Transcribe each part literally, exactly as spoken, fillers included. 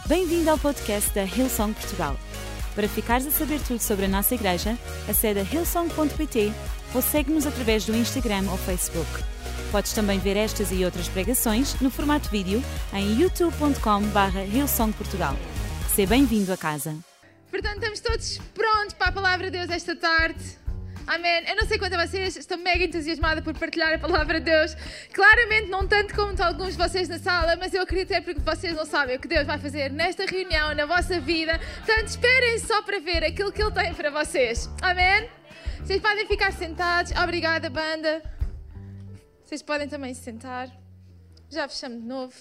Bem-vindo ao podcast da Hillsong Portugal. Para ficares a saber tudo sobre a nossa igreja, acede a hillsong ponto pt ou segue-nos através do Instagram ou Facebook. Podes também ver estas e outras pregações no formato vídeo em youtube ponto com barra hillsong portugal. Seja bem-vindo a casa. Portanto, estamos todos prontos para a Palavra de Deus esta tarde. Amém. Eu não sei quanto a vocês, estou mega entusiasmada por partilhar a Palavra de Deus. Claramente não tanto como alguns de vocês na sala, mas eu acredito é porque vocês não sabem o que Deus vai fazer nesta reunião, na vossa vida. Portanto, esperem só para ver aquilo que Ele tem para vocês. Amém? Vocês podem ficar sentados. Obrigada, banda. Vocês podem também se sentar. Já fechamos de novo.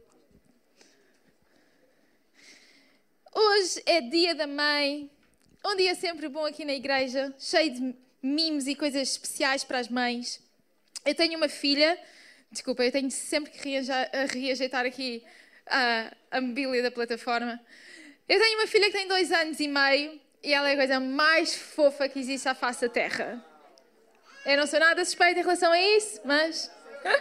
Hoje é dia da mãe. Um dia sempre bom aqui na igreja, cheio de mimos e coisas especiais para as mães. Eu tenho uma filha, desculpa, eu tenho sempre que reaja, reajeitar aqui a, a mobília da plataforma. Eu tenho uma filha que tem dois anos e meio e ela é a coisa mais fofa que existe à face da terra. Eu não sou nada suspeita em relação a isso, mas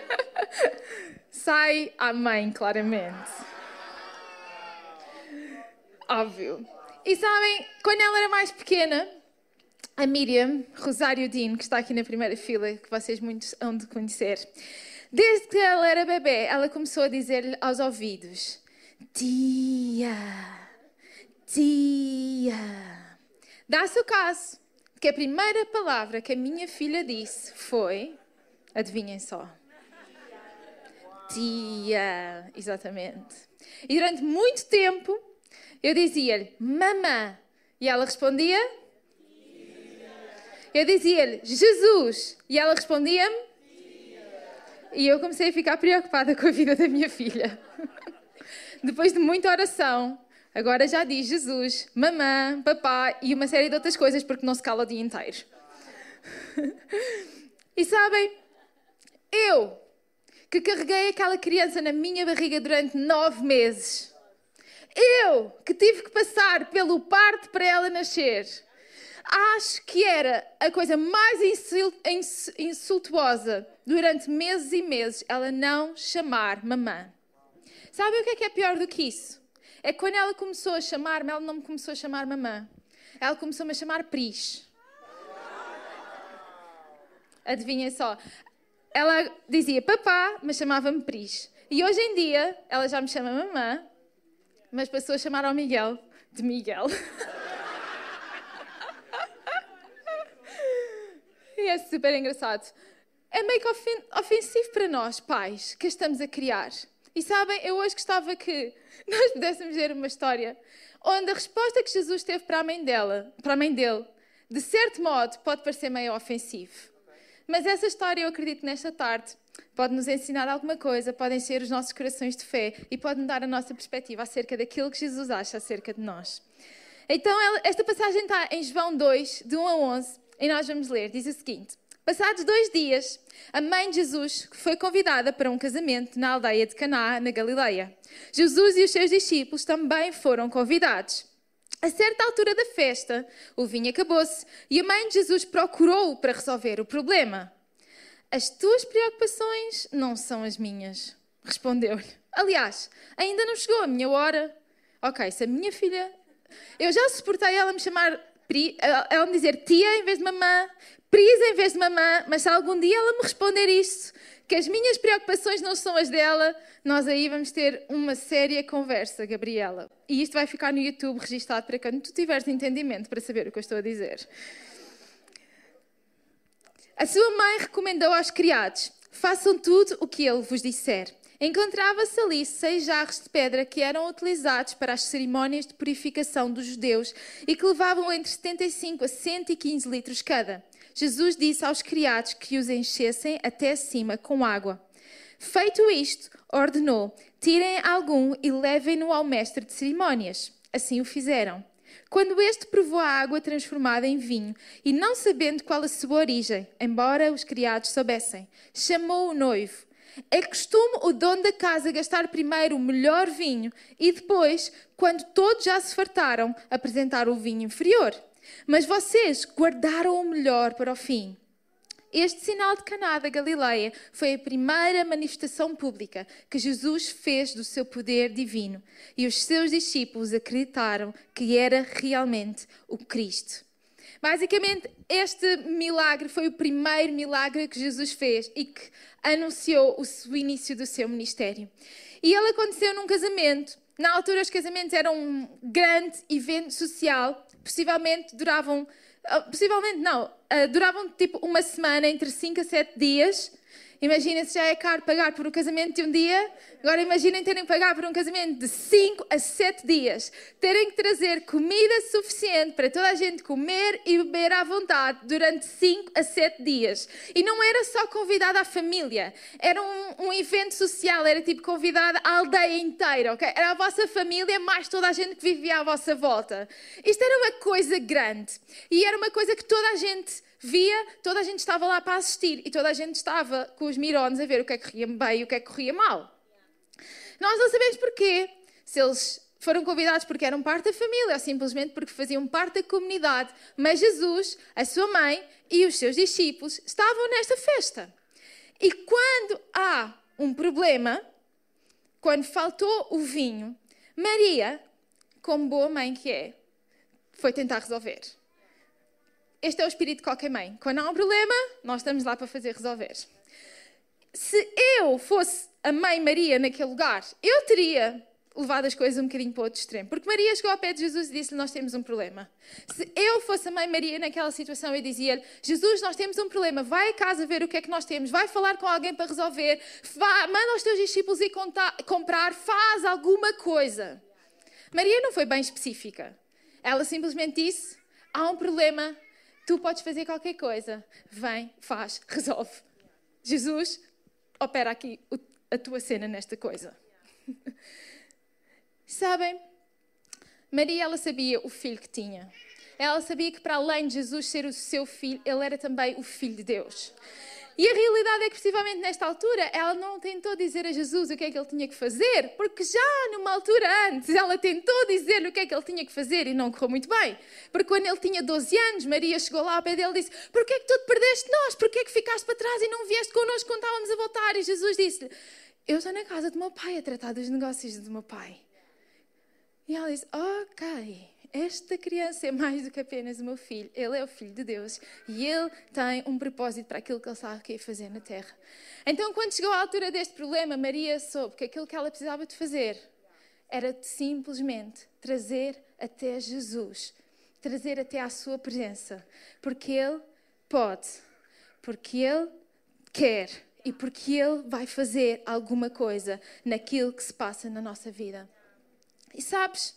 sai à mãe, claramente. Óbvio. E sabem, quando ela era mais pequena, a Miriam Rosário Dino, que está aqui na primeira fila, que vocês muitos hão de conhecer, desde que ela era bebê, ela começou a dizer-lhe aos ouvidos: tia, tia. Dá-se o caso que a primeira palavra que a minha filha disse foi, adivinhem só, tia, exatamente. E durante muito tempo, eu dizia-lhe, mamã, e ela respondia, eu dizia-lhe, Jesus, e ela respondia-me, e eu comecei a ficar preocupada com a vida da minha filha. Depois de muita oração, agora já diz Jesus, mamã, papá e uma série de outras coisas, porque não se cala o dia inteiro. E sabem, eu, que carreguei aquela criança na minha barriga durante nove meses, eu, que tive que passar pelo parto para ela nascer, acho que era a coisa mais insultuosa durante meses e meses ela não chamar mamã. Sabem o que é que é pior do que isso? É que quando ela começou a chamar-me, ela não me começou a chamar mamã. Ela começou-me a chamar Pris. Adivinhem só. Ela dizia papá, mas chamava-me Pris. E hoje em dia, ela já me chama mamã, mas passou a chamar ao Miguel de Miguel. E é super engraçado. É meio que ofen- ofensivo para nós, pais, que estamos a criar. E sabem, eu hoje gostava que nós pudéssemos ver uma história onde a resposta que Jesus teve para a mãe dela, para a mãe dele, de certo modo, pode parecer meio ofensivo. Mas essa história, eu acredito nesta tarde, pode nos ensinar alguma coisa, podem ser os nossos corações de fé e pode mudar a nossa perspectiva acerca daquilo que Jesus acha acerca de nós. Então, esta passagem está em João dois, de um a onze, e nós vamos ler. Diz o seguinte: passados dois dias, a mãe de Jesus foi convidada para um casamento na aldeia de Caná, na Galileia. Jesus e os seus discípulos também foram convidados. A certa altura da festa, o vinho acabou-se e a mãe de Jesus procurou-o para resolver o problema. As tuas preocupações não são as minhas, respondeu-lhe. Aliás, ainda não chegou a minha hora. Ok, se a minha filha... Eu já suportei ela me chamar... Ela me dizer tia em vez de mamã, Pris em vez de mamã, mas se algum dia ela me responder isto, que as minhas preocupações não são as dela, nós aí vamos ter uma séria conversa, Gabriela. E isto vai ficar no YouTube registado para quando tu tiveres entendimento para saber o que eu estou a dizer. A sua mãe recomendou aos criados: façam tudo o que ele vos disser. Encontrava-se ali seis jarros de pedra que eram utilizados para as cerimónias de purificação dos judeus e que levavam entre setenta e cinco a cento e quinze litros cada. Jesus disse aos criados que os enchessem até acima com água. Feito isto, ordenou: tirem algum e levem-no ao mestre de cerimónias. Assim o fizeram. Quando este provou a água transformada em vinho, e não sabendo qual a sua origem, embora os criados soubessem, chamou o noivo. É costume o dono da casa gastar primeiro o melhor vinho e depois, quando todos já se fartaram, apresentar o vinho inferior. Mas vocês guardaram o melhor para o fim. Este sinal de Caná da Galileia foi a primeira manifestação pública que Jesus fez do seu poder divino e os seus discípulos acreditaram que era realmente o Cristo. Basicamente, este milagre foi o primeiro milagre que Jesus fez e que anunciou o início do seu ministério. E ele aconteceu num casamento. Na altura, os casamentos eram um grande evento social, possivelmente duravam, possivelmente não, duravam tipo uma semana, entre cinco a sete dias. Imagina se já é caro pagar por um casamento de um dia. Agora imaginem terem que pagar por um casamento de cinco a sete dias. Terem que trazer comida suficiente para toda a gente comer e beber à vontade durante cinco a sete dias. E não era só convidada a família. Era um, um evento social. Era tipo convidada a aldeia inteira. Okay? Era a vossa família mais toda a gente que vivia à vossa volta. Isto era uma coisa grande. E era uma coisa que toda a gente via, toda a gente estava lá para assistir e toda a gente estava com os mirones a ver o que é que corria bem e o que é que corria mal. Nós não sabemos porquê, se eles foram convidados porque eram parte da família ou simplesmente porque faziam parte da comunidade, mas Jesus, a sua mãe e os seus discípulos estavam nesta festa. E quando há um problema, quando faltou o vinho, Maria, como boa mãe que é, foi tentar resolver. Este é o espírito de qualquer mãe. Quando há um problema, nós estamos lá para fazer resolver. Se eu fosse a mãe Maria naquele lugar, eu teria levado as coisas um bocadinho para outro extremo. Porque Maria chegou ao pé de Jesus e disse-lhe, nós temos um problema. Se eu fosse a mãe Maria naquela situação, eu dizia-lhe, Jesus, nós temos um problema. Vai a casa ver o que é que nós temos. Vai falar com alguém para resolver. Vá, manda os teus discípulos ir contar, comprar. Faz alguma coisa. Maria não foi bem específica. Ela simplesmente disse, há um problema. Tu podes fazer qualquer coisa. Vem, faz, resolve. Jesus, opera aqui a tua cena nesta coisa. Sabem, Maria, ela sabia o filho que tinha. Ela sabia que para além de Jesus ser o seu filho, ele era também o filho de Deus. E a realidade é que, possivelmente nesta altura, ela não tentou dizer a Jesus o que é que ele tinha que fazer, porque já numa altura antes, ela tentou dizer-lhe o que é que ele tinha que fazer e não correu muito bem. Porque quando ele tinha doze anos, Maria chegou lá ao pé dele e disse, porquê é que tu te perdeste de nós? Porquê é que ficaste para trás e não vieste connosco quando estávamos a voltar? E Jesus disse-lhe, eu estou na casa do meu pai a tratar dos negócios do meu pai. E ela disse, ok, esta criança é mais do que apenas o meu filho. Ele é o filho de Deus e ele tem um propósito para aquilo que ele sabe que ia fazer na terra. Então, quando chegou à altura deste problema, Maria soube que aquilo que ela precisava de fazer era de simplesmente trazer até Jesus, trazer até à sua presença, porque ele pode, porque ele quer e porque ele vai fazer alguma coisa naquilo que se passa na nossa vida. E sabes,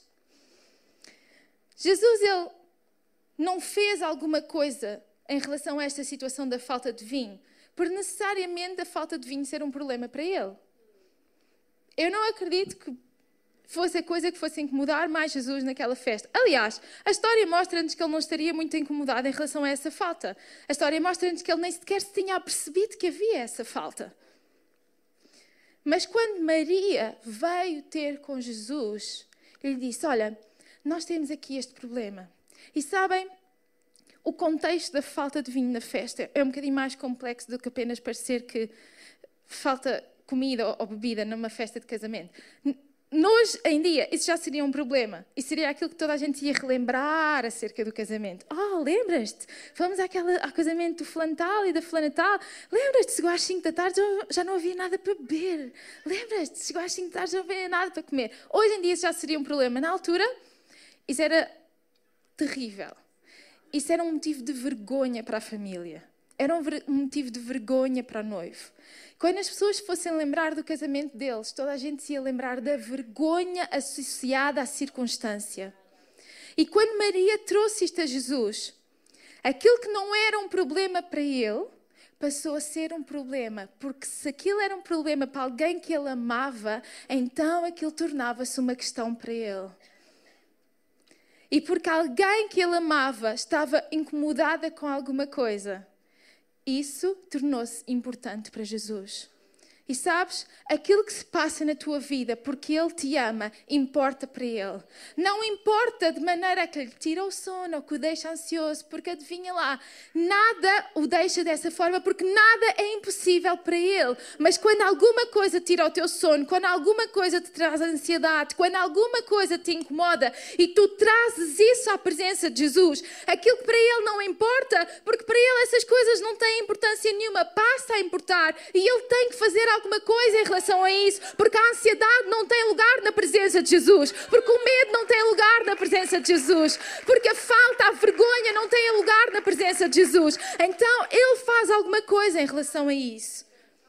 Jesus, ele não fez alguma coisa em relação a esta situação da falta de vinho, por necessariamente a falta de vinho ser um problema para ele. Eu não acredito que fosse a coisa que fosse incomodar mais Jesus naquela festa. Aliás, a história mostra-nos que ele não estaria muito incomodado em relação a essa falta. A história mostra-nos que ele nem sequer se tinha apercebido que havia essa falta. Mas quando Maria veio ter com Jesus, ele disse, olha, nós temos aqui este problema. E sabem, o contexto da falta de vinho na festa é um bocadinho mais complexo do que apenas parecer que falta comida ou bebida numa festa de casamento. Hoje em dia, isso já seria um problema. E seria aquilo que toda a gente ia relembrar acerca do casamento. Oh, lembras-te? Vamos àquela, ao casamento do fulano tal e da fulana tal. Lembras-te? Chegou às cinco da tarde, já não havia nada para beber. Lembras-te? Chegou às cinco da tarde, já não havia nada para comer. Hoje em dia, isso já seria um problema. Na altura, isso era terrível. Isso era um motivo de vergonha para a família. Era um, um motivo de vergonha para o noivo. Quando as pessoas fossem lembrar do casamento deles, toda a gente se ia lembrar da vergonha associada à circunstância. E quando Maria trouxe isto a Jesus, aquilo que não era um problema para ele, passou a ser um problema. Porque se aquilo era um problema para alguém que ele amava, então aquilo tornava-se uma questão para ele. E porque alguém que ele amava estava incomodada com alguma coisa, isso tornou-se importante para Jesus. E sabes, aquilo que se passa na tua vida, porque Ele te ama, importa para Ele. Não importa de maneira que lhe tira o sono ou que o deixa ansioso, porque adivinha lá, nada o deixa dessa forma, porque nada é impossível para Ele. Mas quando alguma coisa tira o teu sono, quando alguma coisa te traz ansiedade, quando alguma coisa te incomoda e tu trazes isso à presença de Jesus, aquilo que para Ele não importa, porque para Ele essas coisas não têm importância nenhuma, passa a importar e Ele tem que fazer algo alguma coisa em relação a isso, porque a ansiedade não tem lugar na presença de Jesus, porque o medo não tem lugar na presença de Jesus, porque a falta, a vergonha não tem lugar na presença de Jesus. Então Ele faz alguma coisa em relação a isso.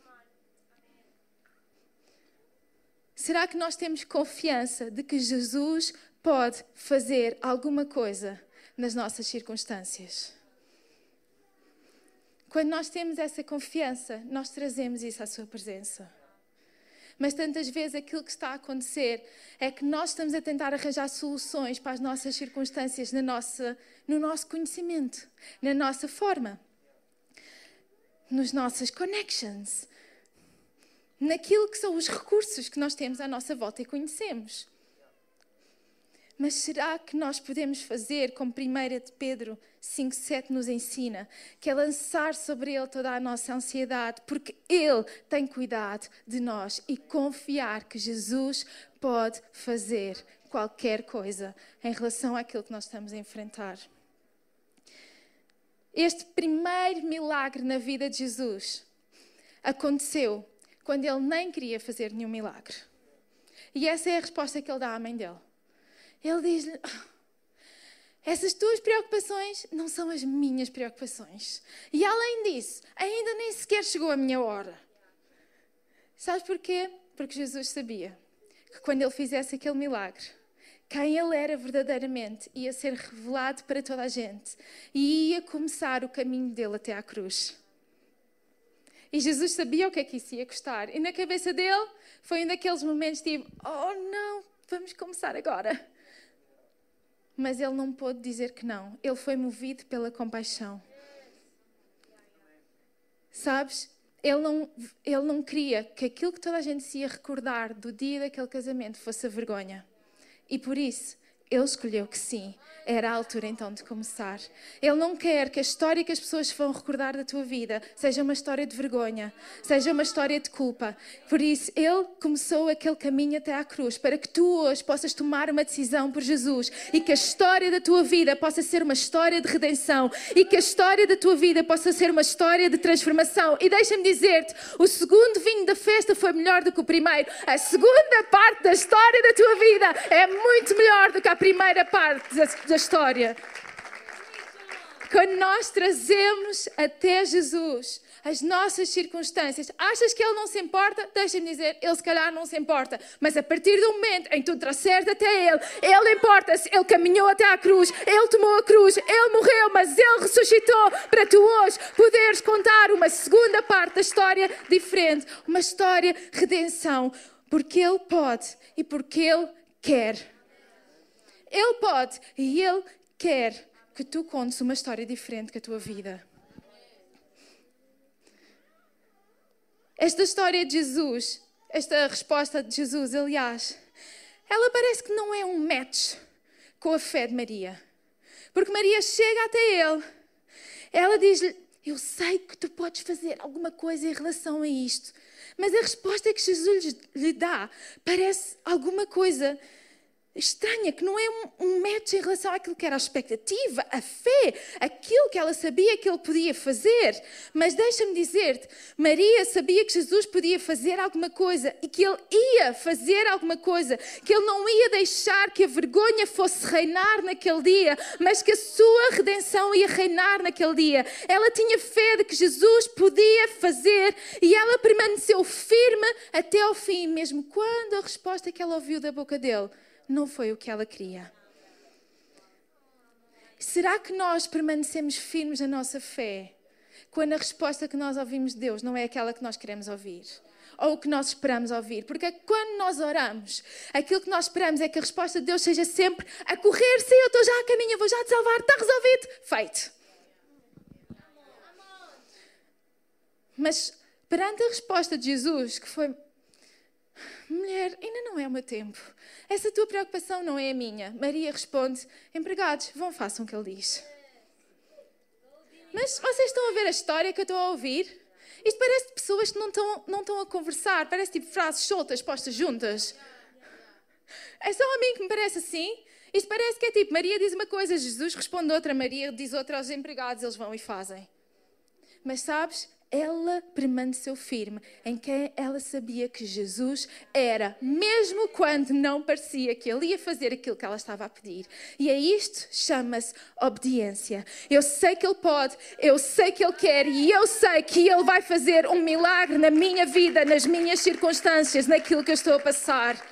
Será que nós temos confiança de que Jesus pode fazer alguma coisa nas nossas circunstâncias? Quando nós temos essa confiança, nós trazemos isso à sua presença. Mas tantas vezes aquilo que está a acontecer é que nós estamos a tentar arranjar soluções para as nossas circunstâncias na nossa, no nosso conhecimento, na nossa forma, nas nossas connections, naquilo que são os recursos que nós temos à nossa volta e conhecemos. Mas será que nós podemos fazer, como primeira de Pedro cinco, sete nos ensina, que é lançar sobre Ele toda a nossa ansiedade, porque Ele tem cuidado de nós e confiar que Jesus pode fazer qualquer coisa em relação àquilo que nós estamos a enfrentar. Este primeiro milagre na vida de Jesus aconteceu quando Ele nem queria fazer nenhum milagre. E essa é a resposta que Ele dá à mãe dele. Ele diz-lhe, essas tuas preocupações não são as minhas preocupações. E além disso, ainda nem sequer chegou a minha hora. Sabes porquê? Porque Jesus sabia que quando Ele fizesse aquele milagre, quem Ele era verdadeiramente ia ser revelado para toda a gente. E ia começar o caminho dele até à cruz. E Jesus sabia o que é que isso ia custar. E na cabeça dele, foi um daqueles momentos tipo, oh não, vamos começar agora. Mas Ele não pôde dizer que não. Ele foi movido pela compaixão. Sabes? Ele não, ele não queria que aquilo que toda a gente se ia recordar do dia daquele casamento fosse a vergonha. E por isso, Ele escolheu que sim, era a altura então de começar. Ele não quer que a história que as pessoas vão recordar da tua vida seja uma história de vergonha, seja uma história de culpa. Por isso, Ele começou aquele caminho até à cruz, para que tu hoje possas tomar uma decisão por Jesus e que a história da tua vida possa ser uma história de redenção e que a história da tua vida possa ser uma história de transformação. E deixa-me dizer-te, o segundo vinho da festa foi melhor do que o primeiro. A segunda parte da história da tua vida é muito melhor do que a primeira parte da, da história. Quando nós trazemos até Jesus as nossas circunstâncias, achas que Ele não se importa? Deixa-me dizer, Ele se calhar não se importa. Mas a partir do momento em que tu trouxeres até Ele, Ele importa-se. Ele caminhou até à cruz, Ele tomou a cruz, Ele morreu, mas Ele ressuscitou para tu hoje poderes contar uma segunda parte da história diferente. Uma história de redenção. Porque Ele pode e porque Ele quer. Ele pode e Ele quer que tu contes uma história diferente que a tua vida. Esta história de Jesus, esta resposta de Jesus, aliás, ela parece que não é um match com a fé de Maria. Porque Maria chega até Ele, ela diz-lhe, eu sei que tu podes fazer alguma coisa em relação a isto. Mas a resposta que Jesus lhe dá parece alguma coisa estranha, que não é um, um match em relação àquilo que era a expectativa, a fé, aquilo que ela sabia que Ele podia fazer. Mas deixa-me dizer-te, Maria sabia que Jesus podia fazer alguma coisa e que Ele ia fazer alguma coisa, que Ele não ia deixar que a vergonha fosse reinar naquele dia, mas que a sua redenção ia reinar naquele dia. Ela tinha fé de que Jesus podia fazer e ela permaneceu firme até ao fim, mesmo quando a resposta que ela ouviu da boca dele não foi o que ela queria. Será que nós permanecemos firmes na nossa fé quando a resposta que nós ouvimos de Deus não é aquela que nós queremos ouvir? Ou o que nós esperamos ouvir? Porque quando nós oramos, aquilo que nós esperamos é que a resposta de Deus seja sempre a correr, sim, eu estou já a caminho, eu vou já te salvar, está resolvido, feito. Mas perante a resposta de Jesus, que foi: mulher, ainda não é o meu tempo. Essa tua preocupação não é a minha. Maria responde: empregados, vão, façam o que ele diz. Mas vocês estão a ver a história que eu estou a ouvir? Isto parece de pessoas que não estão, não estão a conversar. Parece tipo frases soltas, postas juntas. É só a mim que me parece assim. Isto parece que é tipo, Maria diz uma coisa, Jesus responde outra, Maria diz outra aos empregados, eles vão e fazem. Mas sabes, ela permaneceu firme em quem ela sabia que Jesus era, mesmo quando não parecia que ele ia fazer aquilo que ela estava a pedir. E é isto, chama-se obediência. Eu sei que ele pode, eu sei que ele quer e eu sei que ele vai fazer um milagre na minha vida, nas minhas circunstâncias, naquilo que eu estou a passar.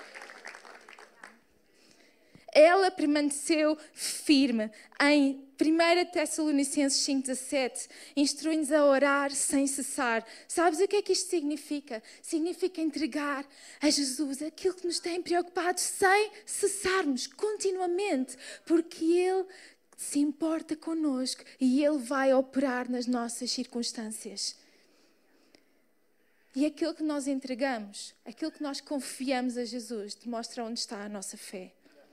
Ela permaneceu firme. Em primeira Tessalonicenses cinco dezassete, instrui-nos a orar sem cessar. Sabes o que é que isto significa? Significa entregar a Jesus aquilo que nos tem preocupado sem cessarmos, continuamente, porque Ele se importa connosco e Ele vai operar nas nossas circunstâncias. E aquilo que nós entregamos, aquilo que nós confiamos a Jesus, demonstra onde está a nossa fé.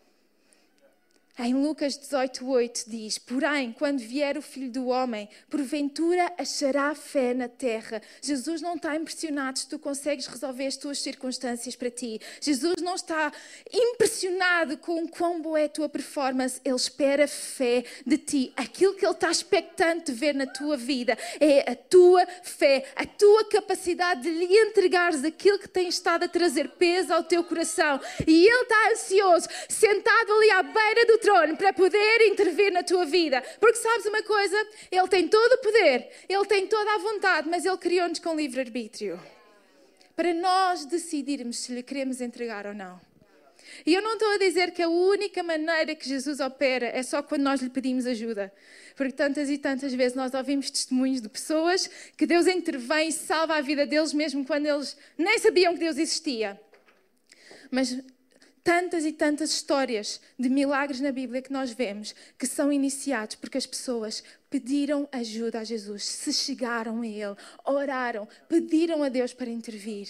Em Lucas dezoito, oito diz: porém, quando vier o Filho do Homem, porventura achará fé na terra. Jesus não está impressionado se tu consegues resolver as tuas circunstâncias para ti. Jesus não está impressionado com quão boa é a tua performance. Ele espera fé de ti. Aquilo que Ele está expectante de ver na tua vida é a tua fé, a tua capacidade de lhe entregares aquilo que tem estado a trazer peso ao teu coração. E Ele está ansioso, sentado ali à beira do trono para poder intervir na tua vida. Porque sabes uma coisa? Ele tem todo o poder, Ele tem toda a vontade, mas Ele criou-nos com livre-arbítrio. Para nós decidirmos se lhe queremos entregar ou não. E eu não estou a dizer que a única maneira que Jesus opera é só quando nós lhe pedimos ajuda. Porque tantas e tantas vezes nós ouvimos testemunhos de pessoas que Deus intervém e salva a vida deles mesmo quando eles nem sabiam que Deus existia. Mas tantas e tantas histórias de milagres na Bíblia que nós vemos que são iniciados porque as pessoas pediram ajuda a Jesus, se chegaram a Ele, oraram, pediram a Deus para intervir.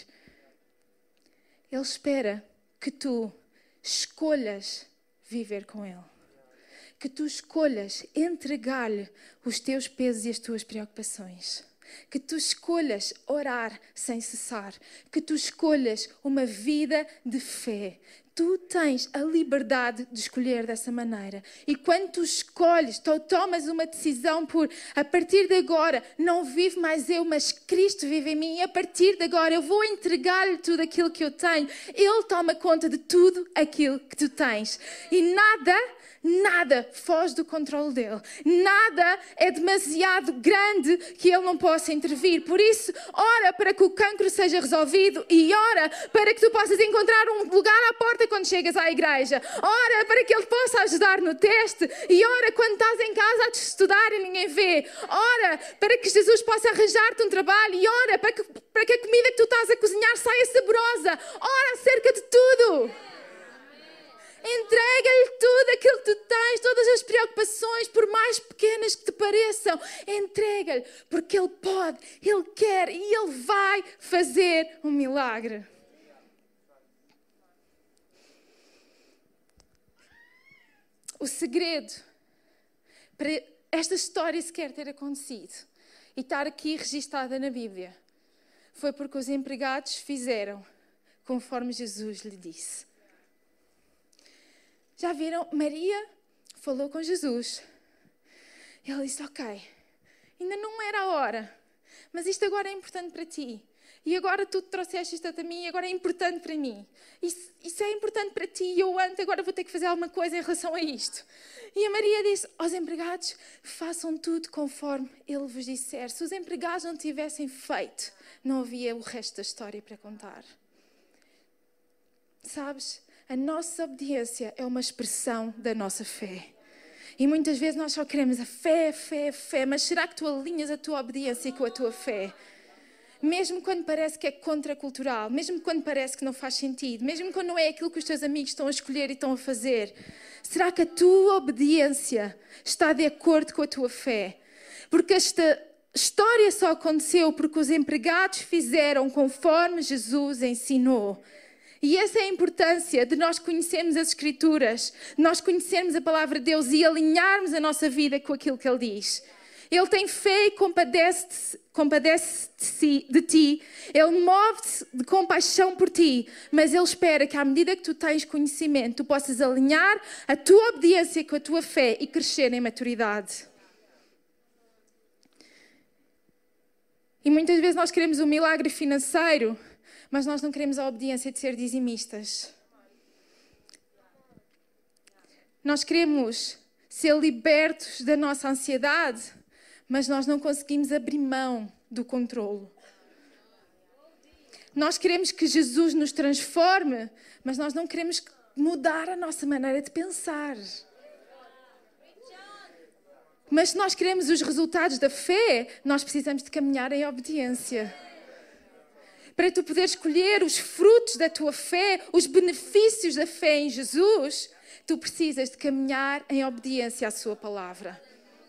Ele espera que tu escolhas viver com Ele. Que tu escolhas entregar-lhe os teus pesos e as tuas preocupações. Que tu escolhas orar sem cessar. Que tu escolhas uma vida de fé. Tu tens a liberdade de escolher dessa maneira. E quando tu escolhes, tu tomas uma decisão por, a partir de agora, não vivo mais eu, mas Cristo vive em mim. E a partir de agora eu vou entregar-lhe tudo aquilo que eu tenho. Ele toma conta de tudo aquilo que tu tens. E nada... Nada foge do controle dele. Nada é demasiado grande que ele não possa intervir. Por isso, ora para que o cancro seja resolvido e ora para que tu possas encontrar um lugar à porta quando chegas à igreja. Ora para que ele possa ajudar no teste e ora quando estás em casa a te estudar e ninguém vê. Ora para que Jesus possa arranjar-te um trabalho e ora para que, para que a comida que tu estás a cozinhar saia saborosa. Ora acerca de tudo. Entrega-lhe tudo aquilo que tu tens, todas as preocupações, por mais pequenas que te pareçam. Entrega-lhe, porque Ele pode, Ele quer e Ele vai fazer um milagre. O segredo para esta história sequer ter acontecido e estar aqui registada na Bíblia foi porque os empregados fizeram conforme Jesus lhe disse. Já viram? Maria falou com Jesus. Ele disse, ok, ainda não era a hora, mas isto agora é importante para ti. E agora tu trouxeste isto a mim e agora é importante para mim. Isso, isso é importante para ti e eu antes agora vou ter que fazer alguma coisa em relação a isto. E a Maria disse aos empregados, façam tudo conforme Ele vos disser. Se os empregados não tivessem feito, não havia o resto da história para contar. Sabes? A nossa obediência é uma expressão da nossa fé. E muitas vezes nós só queremos a fé, fé, fé. Mas será que tu alinhas a tua obediência com a tua fé? Mesmo quando parece que é contracultural, mesmo quando parece que não faz sentido, mesmo quando não é aquilo que os teus amigos estão a escolher e estão a fazer. Será que a tua obediência está de acordo com a tua fé? Porque esta história só aconteceu porque os empregados fizeram conforme Jesus ensinou. E essa é a importância de nós conhecermos as Escrituras, de nós conhecermos a Palavra de Deus e alinharmos a nossa vida com aquilo que Ele diz. Ele tem fé e compadece-se compadece de ti. Ele move-se de compaixão por ti. Mas Ele espera que à medida que tu tens conhecimento, tu possas alinhar a tua obediência com a tua fé e crescer em maturidade. E muitas vezes nós queremos um milagre financeiro, mas nós não queremos a obediência de ser dizimistas. Nós queremos ser libertos da nossa ansiedade, mas nós não conseguimos abrir mão do controlo. Nós queremos que Jesus nos transforme, mas nós não queremos mudar a nossa maneira de pensar. Mas se nós queremos os resultados da fé, nós precisamos de caminhar em obediência. Para tu poderes escolher os frutos da tua fé, os benefícios da fé em Jesus, tu precisas de caminhar em obediência à sua palavra.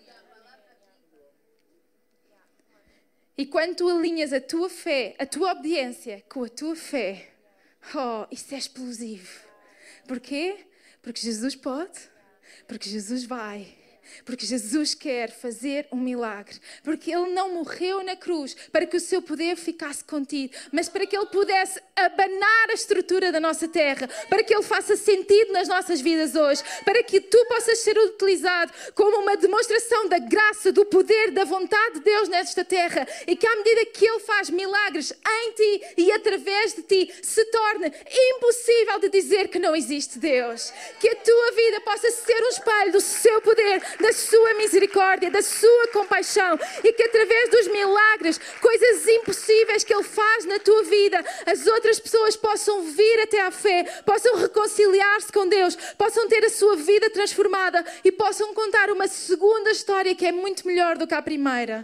E quando tu alinhas a tua fé, a tua obediência com a tua fé, oh, isso é explosivo. Porquê? Porque Jesus pode, porque Jesus vai. Porque Jesus quer fazer um milagre. Porque Ele não morreu na cruz para que o seu poder ficasse contido, mas para que Ele pudesse abanar a estrutura da nossa terra, para que Ele faça sentido nas nossas vidas hoje, para que tu possas ser utilizado como uma demonstração da graça, do poder, da vontade de Deus nesta terra, e que à medida que Ele faz milagres em ti e através de ti, se torne impossível de dizer que não existe Deus. Que a tua vida possa ser um espelho do seu poder, da sua misericórdia, da sua compaixão, e que através dos milagres, coisas impossíveis que Ele faz na tua vida, as outras pessoas possam vir até à fé, possam reconciliar-se com Deus, possam ter a sua vida transformada e possam contar uma segunda história que é muito melhor do que a primeira.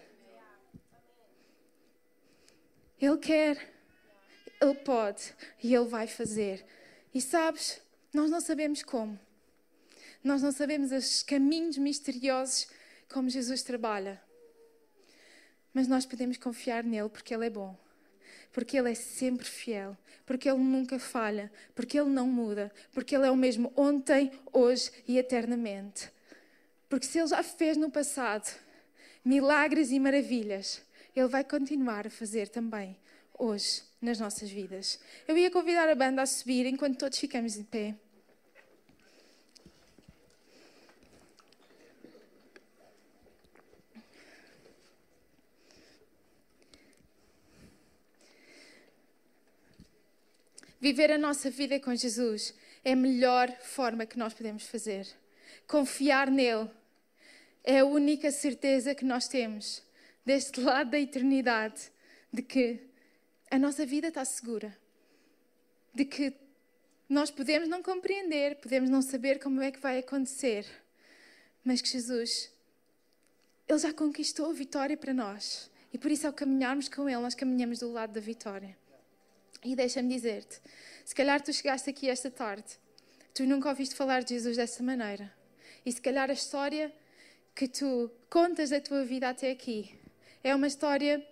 Ele quer, Ele pode e Ele vai fazer. E sabes, nós não sabemos como. Nós não sabemos os caminhos misteriosos como Jesus trabalha. Mas nós podemos confiar nele porque Ele é bom. Porque Ele é sempre fiel. Porque Ele nunca falha. Porque Ele não muda. Porque Ele é o mesmo ontem, hoje e eternamente. Porque se Ele já fez no passado milagres e maravilhas, Ele vai continuar a fazer também hoje nas nossas vidas. Eu ia convidar a banda a subir enquanto todos ficamos de pé. Viver a nossa vida com Jesus é a melhor forma que nós podemos fazer. Confiar nele é a única certeza que nós temos deste lado da eternidade, de que a nossa vida está segura, de que nós podemos não compreender, podemos não saber como é que vai acontecer, mas que Jesus, Ele já conquistou a vitória para nós, e por isso ao caminharmos com Ele, nós caminhamos do lado da vitória. E deixa-me dizer-te, se calhar tu chegaste aqui esta tarde, tu nunca ouviste falar de Jesus dessa maneira. E se calhar a história que tu contas da tua vida até aqui é uma história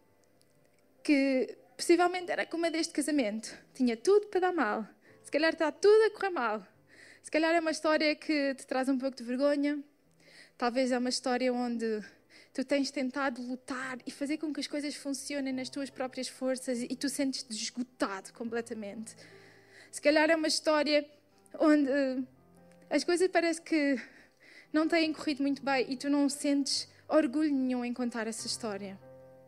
que possivelmente era como a deste casamento. Tinha tudo para dar mal. Se calhar está tudo a correr mal. Se calhar é uma história que te traz um pouco de vergonha. Talvez é uma história onde tu tens tentado lutar e fazer com que as coisas funcionem nas tuas próprias forças e tu sentes-te esgotado completamente. Se calhar é uma história onde as coisas parece que não têm corrido muito bem e tu não sentes orgulho nenhum em contar essa história.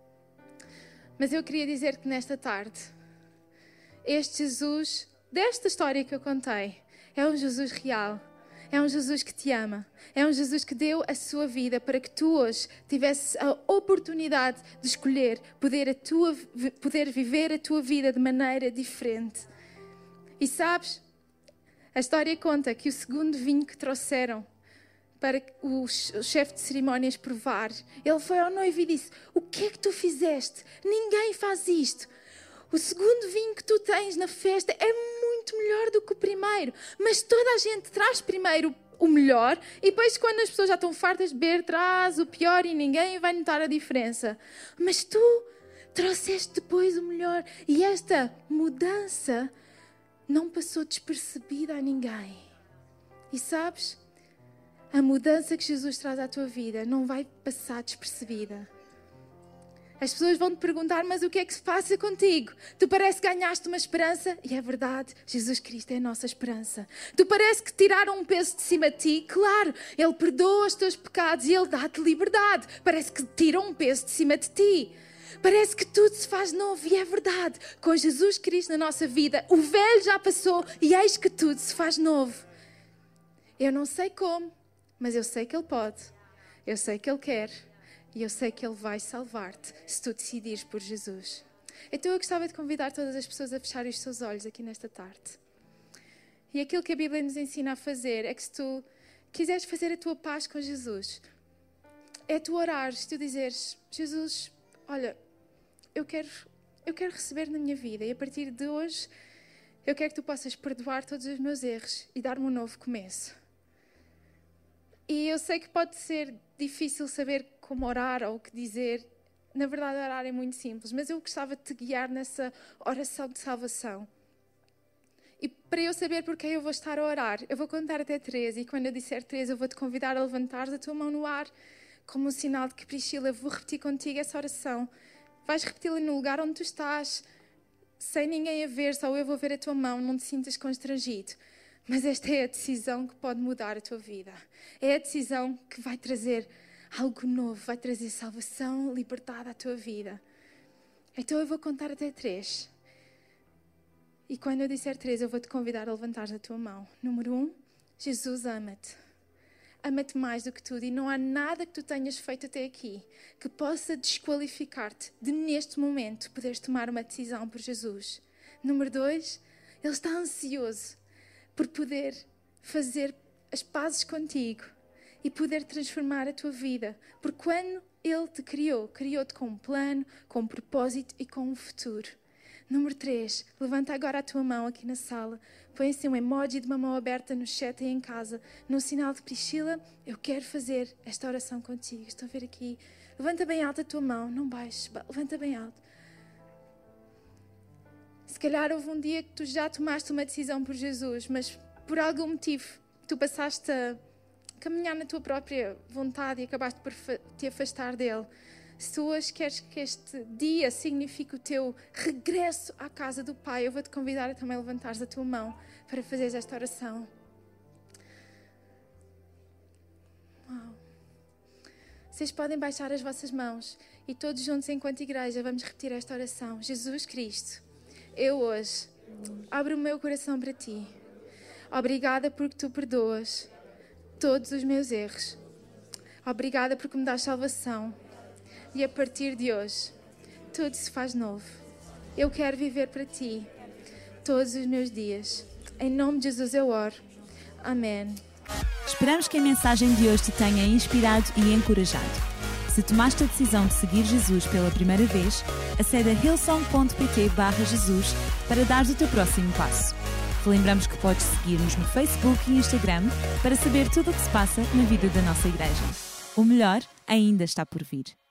Mas eu queria dizer que nesta tarde, este Jesus, desta história que eu contei, é um Jesus real. É um Jesus que te ama. É um Jesus que deu a sua vida para que tu hoje tivesses a oportunidade de escolher poder, a tua, poder viver a tua vida de maneira diferente. E sabes, a história conta que o segundo vinho que trouxeram para o, o chefe de cerimónias provar, ele foi ao noivo e disse: o que é que tu fizeste? Ninguém faz isto. O segundo vinho que tu tens na festa é muito melhor do que o primeiro. Mas toda a gente traz primeiro o melhor e depois quando as pessoas já estão fartas de beber, traz o pior e ninguém vai notar a diferença. Mas tu trouxeste depois o melhor e esta mudança não passou despercebida a ninguém. E sabes, a mudança que Jesus traz à tua vida não vai passar despercebida. As pessoas vão te perguntar, mas o que é que se passa contigo? Tu parece que ganhaste uma esperança. E é verdade, Jesus Cristo é a nossa esperança. Tu parece que tiraram um peso de cima de ti. Claro, Ele perdoa os teus pecados e Ele dá-te liberdade. Parece que tiram um peso de cima de ti. Parece que tudo se faz novo e é verdade. Com Jesus Cristo na nossa vida, o velho já passou e eis que tudo se faz novo. Eu não sei como, mas eu sei que Ele pode. Eu sei que Ele quer. E eu sei que Ele vai salvar-te se tu decidires por Jesus. Então eu gostava de convidar todas as pessoas a fecharem os seus olhos aqui nesta tarde. E aquilo que a Bíblia nos ensina a fazer é que se tu quiseres fazer a tua paz com Jesus, é tu orares, tu dizeres, Jesus, olha, eu quero, eu quero receber na minha vida e a partir de hoje eu quero que tu possas perdoar todos os meus erros e dar-me um novo começo. E eu sei que pode ser difícil saber como orar ou o que dizer. Na verdade, orar é muito simples, mas eu gostava de te guiar nessa oração de salvação. E para eu saber por quem eu vou estar a orar, eu vou contar até três, e quando eu disser três, eu vou-te convidar a levantar a tua mão no ar, como um sinal de que, Priscila, eu vou repetir contigo essa oração. Vais repeti-la no lugar onde tu estás, sem ninguém a ver, só eu vou ver a tua mão, não te sintas constrangido. Mas esta é a decisão que pode mudar a tua vida. É a decisão que vai trazer algo novo, vai trazer salvação, liberdade à tua vida. Então eu vou contar até três. E quando eu disser três, eu vou-te convidar a levantar a tua mão. Número um, Jesus ama-te. Ama-te mais do que tudo. E não há nada que tu tenhas feito até aqui que possa desqualificar-te de, neste momento, poderes tomar uma decisão por Jesus. Número dois, Ele está ansioso por poder fazer as pazes contigo e poder transformar a tua vida. Porque quando Ele te criou, criou-te com um plano, com um propósito e com um futuro. Número três, levanta agora a tua mão aqui na sala. Põe assim um emoji de uma mão aberta no chat aí em casa, no sinal de Priscila, eu quero fazer esta oração contigo. Estou a ver aqui. Levanta bem alta a tua mão, não baixes, levanta bem alto. Se calhar houve um dia que tu já tomaste uma decisão por Jesus, mas por algum motivo tu passaste a caminhar na tua própria vontade e acabaste por te afastar dele. Se tu hoje queres que este dia signifique o teu regresso à casa do Pai, eu vou-te convidar a também levantares a tua mão para fazeres esta oração. Uau. Vocês podem baixar as vossas mãos e todos juntos, enquanto igreja, vamos repetir esta oração. Jesus Cristo, eu hoje abro o meu coração para Ti. Obrigada porque Tu perdoas todos os meus erros. Obrigada porque me dás salvação. E a partir de hoje, tudo se faz novo. Eu quero viver para Ti todos os meus dias. Em nome de Jesus eu oro. Amém. Esperamos que a mensagem de hoje te tenha inspirado e encorajado. Se tomaste a decisão de seguir Jesus pela primeira vez, acede a hillsong.pt barra Jesus para dares o teu próximo passo. Te lembramos que podes seguir-nos no Facebook e Instagram para saber tudo o que se passa na vida da nossa igreja. O melhor ainda está por vir.